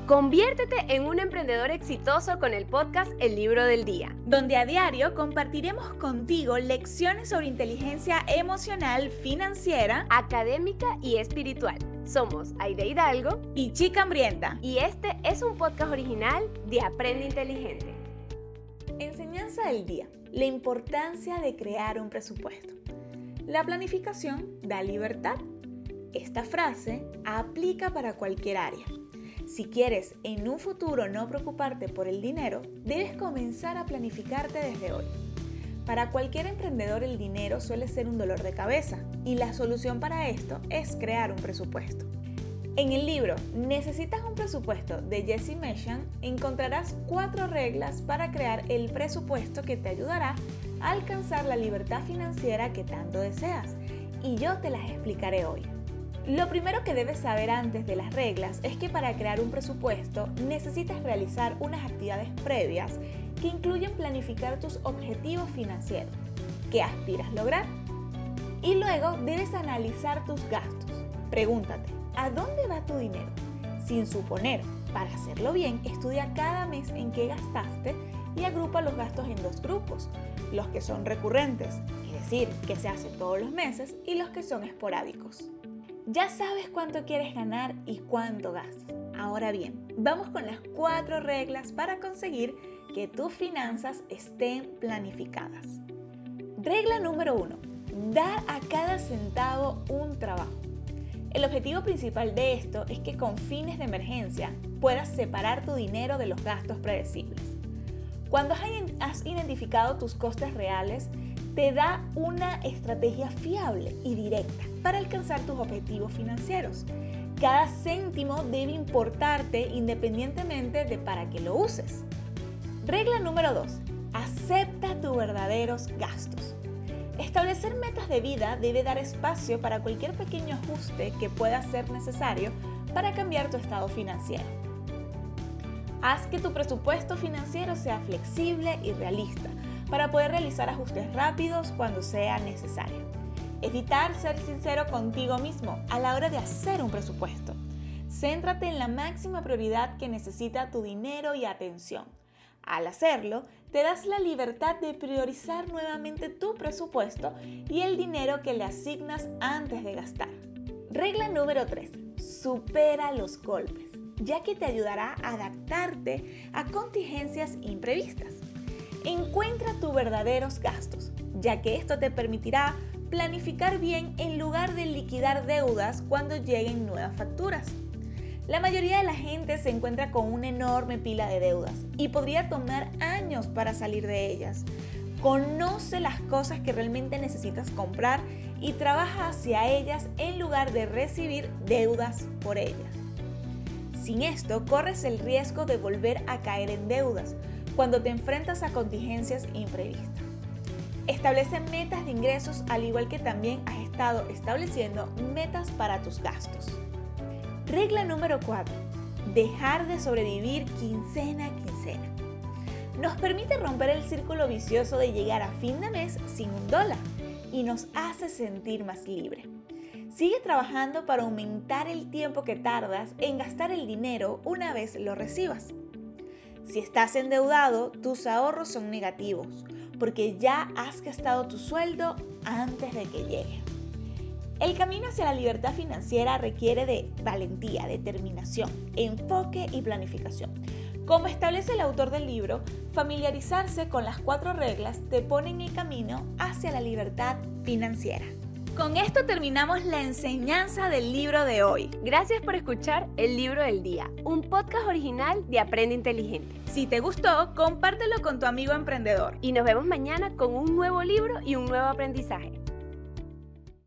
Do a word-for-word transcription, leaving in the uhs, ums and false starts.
Conviértete en un emprendedor exitoso con el podcast El Libro del Día, donde a diario compartiremos contigo lecciones sobre inteligencia emocional, financiera, académica y espiritual. Somos Aide Hidalgo y Chica Hambrienta. Y este es un podcast original de Aprende Inteligente. Enseñanza del día. La importancia de crear un presupuesto. La planificación da libertad. Esta frase aplica para cualquier área. Si quieres en un futuro no preocuparte por el dinero, debes comenzar a planificarte desde hoy. Para cualquier emprendedor el dinero suele ser un dolor de cabeza y la solución para esto es crear un presupuesto. En el libro ¿Necesitas un presupuesto? De Jesse Mechan encontrarás cuatro reglas para crear el presupuesto que te ayudará a alcanzar la libertad financiera que tanto deseas, y yo te las explicaré hoy. Lo primero que debes saber antes de las reglas es que para crear un presupuesto necesitas realizar unas actividades previas que incluyen planificar tus objetivos financieros, qué aspiras lograr, y luego debes analizar tus gastos. Pregúntate, ¿a dónde va tu dinero? Sin suponer, para hacerlo bien, estudia cada mes en qué gastaste y agrupa los gastos en dos grupos, los que son recurrentes, es decir, que se hacen todos los meses, y los que son esporádicos. Ya sabes cuánto quieres ganar y cuánto gastas. Ahora bien, vamos con las cuatro reglas para conseguir que tus finanzas estén planificadas. Regla número uno. Dar a cada centavo un trabajo. El objetivo principal de esto es que con fines de emergencia puedas separar tu dinero de los gastos predecibles. Cuando has identificado tus costes reales, te da una estrategia fiable y directa para alcanzar tus objetivos financieros. Cada céntimo debe importarte independientemente de para qué lo uses. Regla número dos. Acepta tus verdaderos gastos. Establecer metas de vida debe dar espacio para cualquier pequeño ajuste que pueda ser necesario para cambiar tu estado financiero. Haz que tu presupuesto financiero sea flexible y realista para poder realizar ajustes rápidos cuando sea necesario. Evitar ser sincero contigo mismo a la hora de hacer un presupuesto. Céntrate en la máxima prioridad que necesita tu dinero y atención. Al hacerlo, te das la libertad de priorizar nuevamente tu presupuesto y el dinero que le asignas antes de gastar. Regla número tres. Supera los golpes, ya que te ayudará a adaptarte a contingencias imprevistas. Encuentra tus verdaderos gastos, ya que esto te permitirá planificar bien en lugar de liquidar deudas cuando lleguen nuevas facturas. La mayoría de la gente se encuentra con una enorme pila de deudas y podría tomar años para salir de ellas. Conoce las cosas que realmente necesitas comprar y trabaja hacia ellas en lugar de recibir deudas por ellas. Sin esto, corres el riesgo de volver a caer en deudas cuando te enfrentas a contingencias imprevistas. Establece metas de ingresos, al igual que también has estado estableciendo metas para tus gastos. Regla número cuatro. Dejar de sobrevivir quincena a quincena. Nos permite romper el círculo vicioso de llegar a fin de mes sin un dólar y nos hace sentir más libre. Sigue trabajando para aumentar el tiempo que tardas en gastar el dinero una vez lo recibas. Si estás endeudado, tus ahorros son negativos, porque ya has gastado tu sueldo antes de que llegue. El camino hacia la libertad financiera requiere de valentía, determinación, enfoque y planificación. Como establece el autor del libro, familiarizarse con las cuatro reglas te pone en el camino hacia la libertad financiera. Con esto terminamos la enseñanza del libro de hoy. Gracias por escuchar El Libro del Día, un podcast original de Aprende Inteligente. Si te gustó, compártelo con tu amigo emprendedor. Y nos vemos mañana con un nuevo libro y un nuevo aprendizaje.